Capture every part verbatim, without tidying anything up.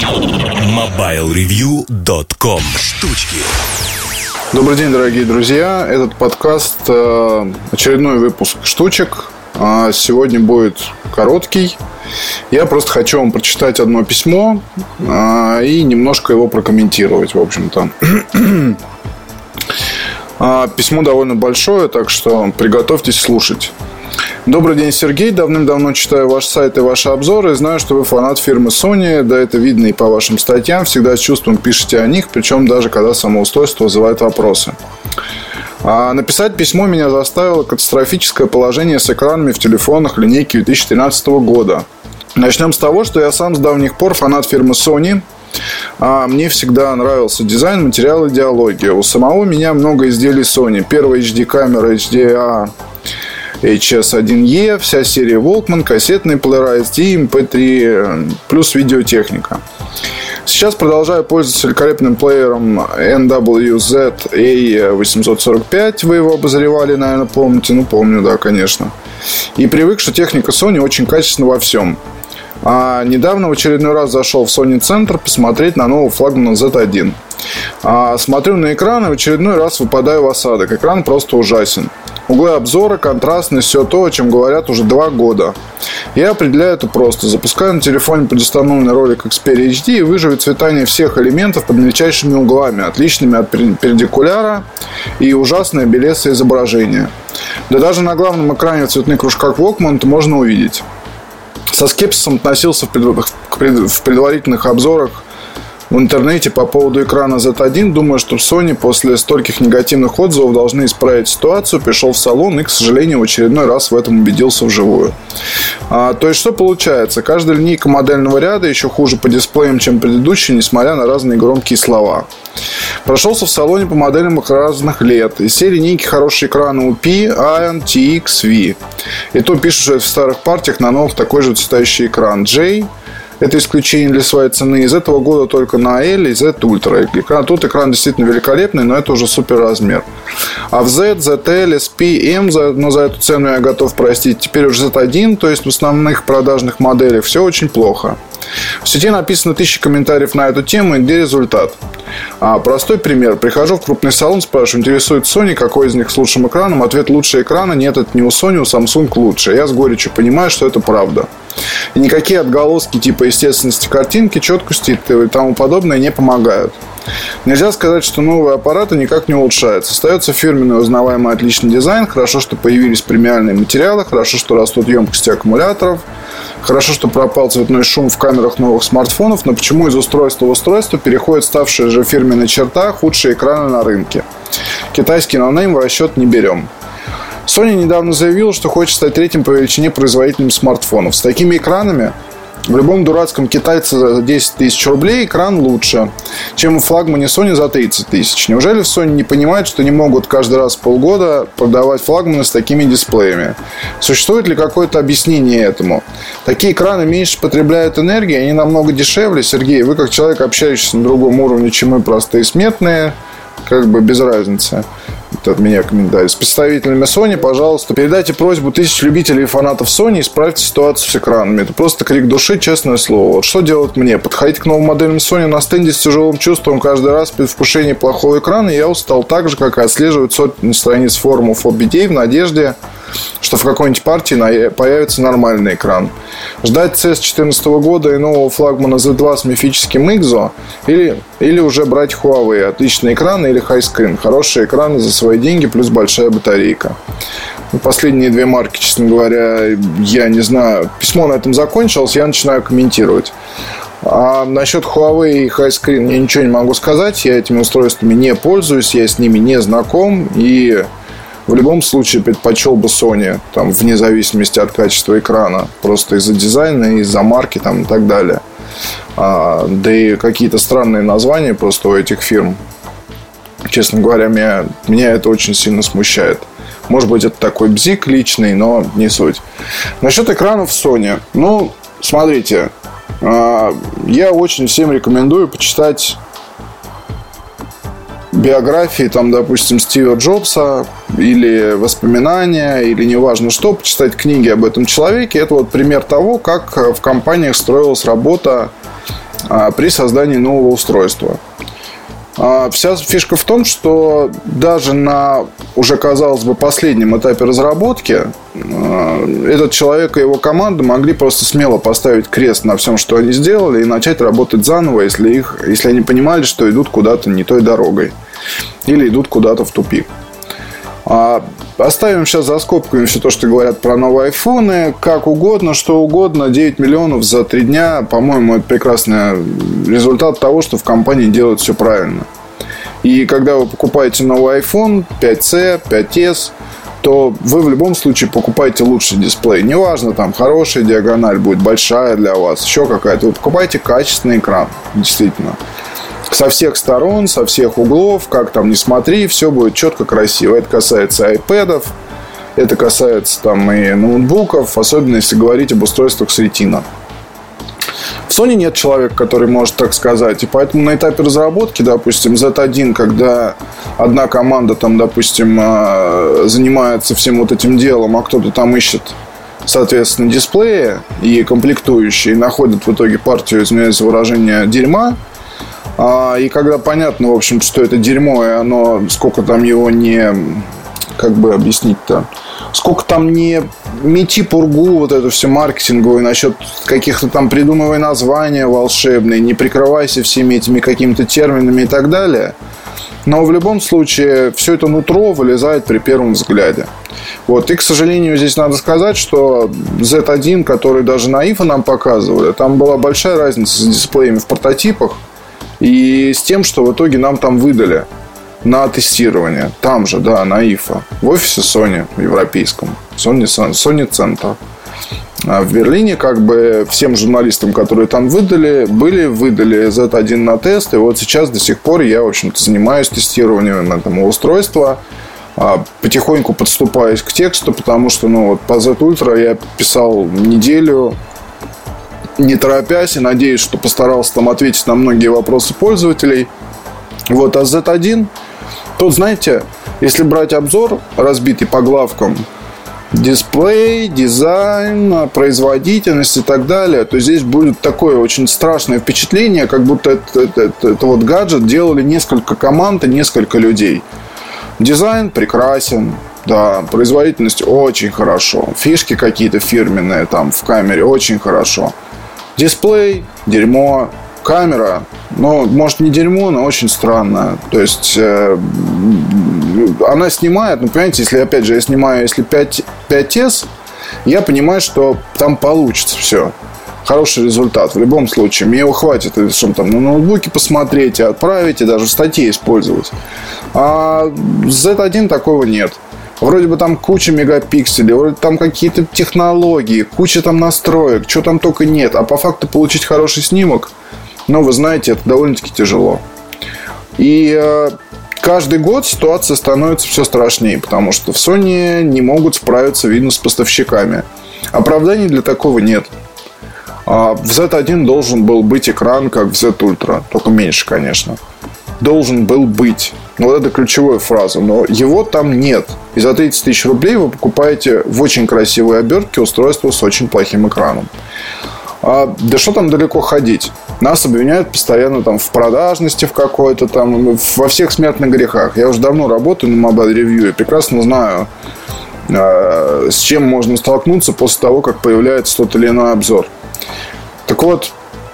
мобайл ревью точка ком. Штучки. Добрый день, дорогие друзья. Этот подкаст очередной выпуск штучек. Сегодня будет короткий. Я просто хочу вам прочитать одно письмо и немножко его прокомментировать, в общем-то. Письмо довольно большое, так что приготовьтесь слушать. Добрый день, Сергей. Давным-давно читаю ваш сайт и ваши обзоры и знаю, что вы фанат фирмы Sony. Да, это видно и по вашим статьям. Всегда с чувством пишете о них, причем даже когда самоустройство вызывает вопросы. А написать письмо меня заставило катастрофическое положение с экранами в телефонах линейки две тысячи тринадцатого года. Начнем с того, что я сам с давних пор фанат фирмы Sony. А мне всегда нравился дизайн, материал, идеология. У самого меня много изделий Sony. Первая эйч ди камера эйч ди эй эйч эс один и, вся серия Walkman, кассетный плеер эй эс ди, эм пэ три, плюс видеотехника. Сейчас продолжаю пользоваться великолепным плеером эн дабл ю зет эй восемьсот сорок пять. Вы его обозревали, наверное, помните. Ну, помню, да, конечно. И привык, что техника Sony очень качественна во всем. А недавно в очередной раз зашел в Sony Центр посмотреть на новый флагман зет один. А смотрю на экран и в очередной раз выпадаю в осадок. Экран просто ужасен. Углы обзора, контрастность, все то, о чем говорят уже два года. Я определяю это просто. Запускаю на телефоне предустановленный ролик Xperia эйч ди и вижу цветание всех элементов под мельчайшими углами, отличными от перпендикуляра, и ужасное белесое изображение. Да даже на главном экране в цветных кружках Walkman это можно увидеть. Со скепсисом относился в предварительных обзорах в интернете по поводу экрана зет один. Думаю, что Sony после стольких негативных отзывов должны исправить ситуацию. Пришел в салон и, к сожалению, в очередной раз в этом убедился вживую. а, То есть, что получается? Каждая линейка модельного ряда еще хуже по дисплеям, чем предыдущие, несмотря на разные громкие слова. Прошелся в салоне по моделям разных лет. Из всей линейки хорошие экраны у пи, Ion, ти икс, ви. И то пишут, что в старых партиях на новых такой же цветающий экран. J. Это исключение для своей цены. Из этого года только на L и Z Ultra. Экран, тут экран действительно великолепный, но это уже супер размер. А в Z, зет эл, эс пи, M, но за эту цену я готов простить. Теперь уже зет один, то есть в основных продажных моделях, все очень плохо. В сети написано тысячи комментариев на эту тему, и где результат? А, простой пример. Прихожу в крупный салон, спрашиваю, интересует Sony, какой из них с лучшим экраном? Ответ: лучшие экраны. Нет, это не у Sony, у Samsung лучше. Я с горечью понимаю, что это правда. И никакие отголоски типа естественности картинки, четкости и тому подобное не помогают. Нельзя сказать, что новые аппараты никак не улучшаются. Остается фирменный, узнаваемый, отличный дизайн. Хорошо, что появились премиальные материалы. Хорошо, что растут емкости аккумуляторов. Хорошо, что пропал цветной шум в камерах новых смартфонов. Но почему из устройства в устройство переходит ставшая же фирменная черта — худшие экраны на рынке? Китайский ноунейм в расчет не берем. Sony недавно заявила, что хочет стать третьим по величине производителем смартфонов. С такими экранами в любом дурацком китайце за десять тысяч рублей экран лучше, чем у флагмане Sony за тридцать тысяч. Неужели в Sony не понимают, что не могут каждый раз в полгода продавать флагманы с такими дисплеями? Существует ли какое-то объяснение этому? Такие экраны меньше потребляют энергии, они намного дешевле. Сергей, вы как человек, общающийся на другом уровне, чем мы, простые смертные, как бы без разницы. Это от меня комментарий. С представителями Sony, пожалуйста, передайте просьбу тысяч любителей и фанатов Sony и исправьте ситуацию с экранами. Это просто крик души, честное слово. Вот что делать мне? Подходить к новым моделям Sony на стенде с тяжелым чувством каждый раз при вкушении плохого экрана я устал так же, как и отслеживать сотни страниц форумов о беде в надежде, что в какой-нибудь партии появится нормальный экран. Ждать си эс две тысячи четырнадцатого года и нового флагмана зет два с мифическим Икзо или, или уже брать Huawei. Отличные экраны или хайскрин. Хорошие экраны за свои деньги плюс большая батарейка. Последние две марки, честно говоря, я не знаю. Письмо на этом закончилось, я начинаю комментировать. А насчет Huawei и хайскрин я ничего не могу сказать. Я этими устройствами не пользуюсь, я с ними не знаком. И в любом случае предпочел бы Sony, там, вне зависимости от качества экрана. Просто из-за дизайна, из-за марки там, и так далее. а, Да и какие-то странные названия просто у этих фирм. Честно говоря, меня, меня это очень сильно смущает. Может быть, это такой бзик личный, но не суть. Насчет экранов Sony. Ну, смотрите, а, я очень всем рекомендую почитать биографии, там, допустим, Стива Джобса, или воспоминания, или неважно что, почитать книги об этом человеке. Это вот пример того, как в компаниях строилась работа при создании нового устройства. Вся фишка в том, что даже на уже, казалось бы, последнем этапе разработки этот человек и его команда могли просто смело поставить крест на всем, что они сделали, и начать работать заново, если, их, если они понимали, что идут куда-то не той дорогой или идут куда-то в тупик. Оставим сейчас за скобками все то, что говорят про новые айфоны. Как угодно, что угодно. девять миллионов за три дня. По-моему, это прекрасный результат того, что в компании делают все правильно. И когда вы покупаете новый iPhone пять си, пять эс, то вы в любом случае покупаете лучший дисплей. Неважно, там хорошая диагональ будет, большая для вас, еще какая-то. Вы покупаете качественный экран. Действительно. Со всех сторон, со всех углов, как там ни смотри, все будет четко, красиво. Это касается айпэдов, это касается там и ноутбуков, особенно если говорить об устройствах с Retina. В Sony нет человека, который может так сказать. И поэтому на этапе разработки, допустим, зет один, когда одна команда там, допустим, занимается всем вот этим делом, а кто-то там ищет, соответственно, дисплеи и комплектующие, и находит в итоге партию, извиняюсь за выражение, дерьма. И когда понятно, в общем, что это дерьмо, и оно, сколько там его не, как бы объяснить-то, сколько там не мети пургу, вот эту всю маркетинговую, насчет каких-то там придумывай названия волшебные, не прикрывайся всеми этими какими-то терминами и так далее. Но в любом случае, все это нутро вылезает при первом взгляде. Вот. И, к сожалению, здесь надо сказать, что зет один, который даже на ай эф нам показывали, там была большая разница с дисплеями в прототипах и с тем, что в итоге нам там выдали на тестирование. Там же, да, на ай эф. В офисе Sony, в европейском. Sony, Sony Center. А в Берлине, как бы, всем журналистам, которые там выдали, были, выдали зет один на тест. И вот сейчас до сих пор я, в общем-то, занимаюсь тестированием этого устройства. Потихоньку подступаюсь к тексту, потому что, ну, вот по зет Ultra я писал неделю, не торопясь, и надеюсь, что постарался там ответить на многие вопросы пользователей. Вот, а зет один, тут, знаете, если брать обзор, разбитый по главкам, дисплей, дизайн, производительность и так далее, то здесь будет такое очень страшное впечатление, как будто это, это, это, это вот гаджет делали несколько команд и несколько людей. Дизайн прекрасен, да, производительность очень хорошо, фишки какие-то фирменные там в камере очень хорошо. Дисплей дерьмо, камера, ну, может, не дерьмо, но очень странная. То есть э, она снимает, ну, понимаете, если, опять же, я снимаю, если пять эс, я понимаю, что там получится все. Хороший результат в любом случае. Мне его хватит, чтобы там на ноутбуке посмотреть, и отправить, и даже в статье использовать. А зет один такого нет. Вроде бы там куча мегапикселей, вроде там какие-то технологии, куча там настроек, чего там только нет. А по факту получить хороший снимок, ну, вы знаете, это довольно-таки тяжело. И э, каждый год ситуация становится все страшнее, потому что в Sony не могут справиться, видно, с поставщиками. Оправданий для такого нет. А в зет один должен был быть экран, как в зет Ultra, только меньше, конечно. Должен был быть. Ну, вот это ключевая фраза. Но его там нет. И за тридцать тысяч рублей вы покупаете в очень красивой обертке устройство с очень плохим экраном. А, да что там далеко ходить? Нас обвиняют постоянно там в продажности в какой-то там, во всех смертных грехах. Я уже давно работаю на Mobile Review и прекрасно знаю, э, с чем можно столкнуться после того, как появляется тот или иной обзор. Так вот,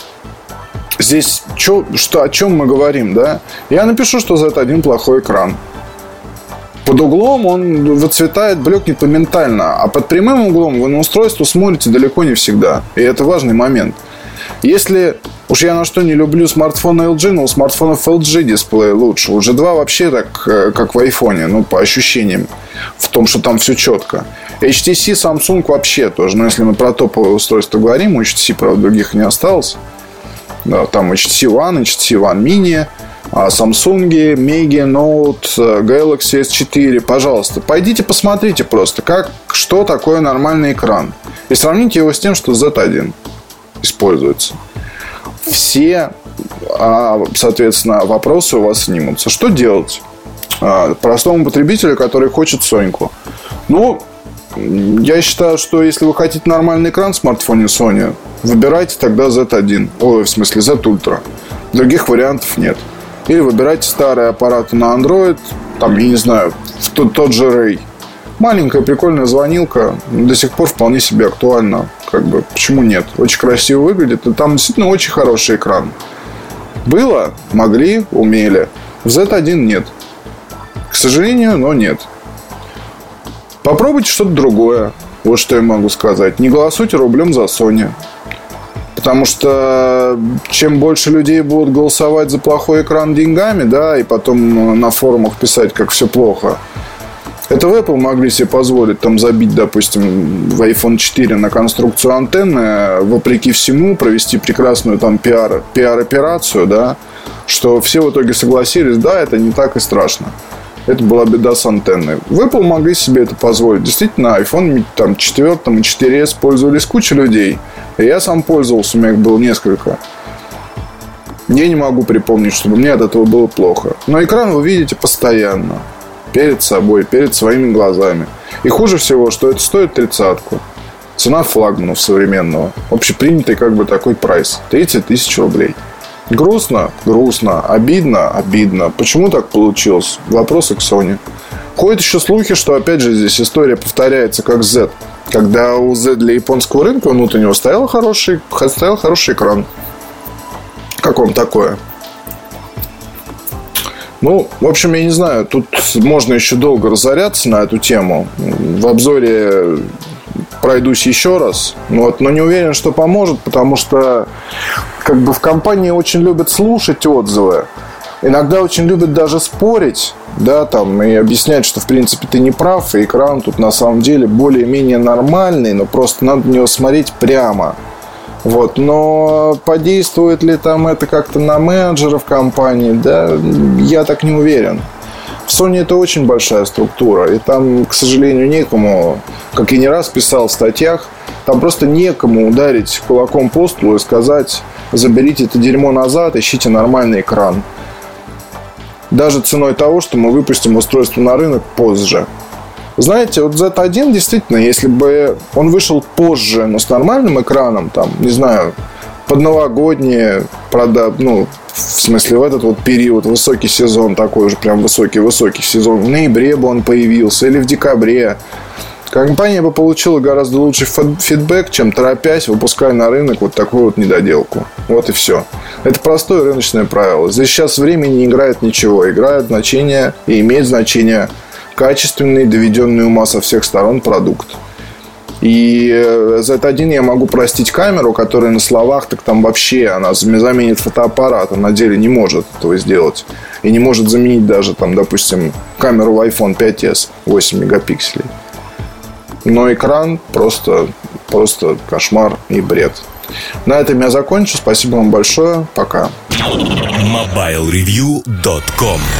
здесь чё, что, о чем мы говорим, да? Я напишу, что зет один плохой экран. Под углом он выцветает, блекнет моментально. А под прямым углом вы на устройство смотрите далеко не всегда. И это важный момент. Если уж я на что не люблю смартфоны эл джи, но у смартфонов эл джи дисплей лучше. У джи два вообще так, как в айфоне, ну, по ощущениям, в том, что там все четко. эйч ти си, Samsung вообще тоже. Но если мы про топовые устройства говорим, у эйч ти си, правда, других не осталось. Да, там эйч ти си One, эйч ти си One Mini, Samsung, Megi, Note, Galaxy эс четыре. Пожалуйста, пойдите посмотрите просто, как, что такое нормальный экран. И сравните его с тем, что зет один используется. Все, соответственно, вопросы у вас снимутся. Что делать простому потребителю, который хочет Соньку? Ну, Я считаю, что если вы хотите нормальный экран в смартфоне Sony, выбирайте тогда зет один. Ой, в смысле зет Ultra. Других вариантов нет. Или выбирайте старые аппараты на Android. Там, я не знаю, тот, тот же Ray. Маленькая прикольная звонилка. До сих пор вполне себе актуальна. Как бы, почему нет? Очень красиво выглядит. И там действительно очень хороший экран. Было, могли, умели. В зет один нет. К сожалению, но нет. Попробуйте что-то другое. Вот что я могу сказать. Не голосуйте рублем за Sony. Потому что чем больше людей будут голосовать за плохой экран деньгами, да, и потом на форумах писать, как все плохо. Это в Apple могли себе позволить там забить, допустим, в айфон четыре на конструкцию антенны, вопреки всему провести прекрасную там пиар, пиар-операцию, да, что все в итоге согласились, да, это не так и страшно. Это была беда с антенной. В Apple могли себе это позволить. Действительно, iPhone там, четыре и четыре эс пользовались куча людей. И я сам пользовался, у меня их было несколько. Я не могу припомнить, чтобы мне от этого было плохо. Но экран вы видите постоянно. Перед собой, перед своими глазами. И хуже всего, что это стоит тридцатку. Цена флагманов современного. Общепринятый как бы такой прайс. тридцать тысяч рублей. Грустно? Грустно. Обидно? Обидно. Почему так получилось? Вопросы к Sony. Ходят еще слухи, что опять же здесь история повторяется как Z. Когда у Z для японского рынка внутреннего стоял хороший, стоял хороший экран. Как вам такое? Ну, в общем, я не знаю. Тут можно еще долго разоряться на эту тему. В обзоре пройдусь еще раз. Вот, но не уверен, что поможет, потому что как бы в компании очень любят слушать отзывы. Иногда очень любят даже спорить, да, там, и объяснять, что в принципе ты не прав, и экран тут на самом деле более-менее нормальный, но просто надо на него смотреть прямо. Вот, но подействует ли там это как-то на менеджеров компании, да, я так не уверен. В Sony это очень большая структура, и там, к сожалению, некому, как я не раз писал в статьях, там просто некому ударить кулаком по столу и сказать: заберите это дерьмо назад, ищите нормальный экран. Даже ценой того, что мы выпустим устройство на рынок позже. Знаете, вот зет один действительно, если бы он вышел позже, но с нормальным экраном, там, не знаю, под новогодние, прода... ну, в смысле, в этот вот период, высокий сезон, такой уже прям высокий-высокий сезон, в ноябре бы он появился или в декабре, компания бы получила гораздо лучший фидбэк, чем торопясь, выпуская на рынок вот такую вот недоделку. Вот и все. Это простое рыночное правило. Здесь сейчас время не играет ничего. Играет значение и имеет значение качественный, доведенный ума со всех сторон продукт. И зет один я могу простить камеру, которая на словах, так там вообще она заменит фотоаппарат, а на деле не может этого сделать. И не может заменить даже, там, допустим, камеру в айфон пять эс восемь мегапикселей. Но экран просто, просто кошмар и бред. На этом я закончу. Спасибо вам большое. Пока. мобайл ревью точка ком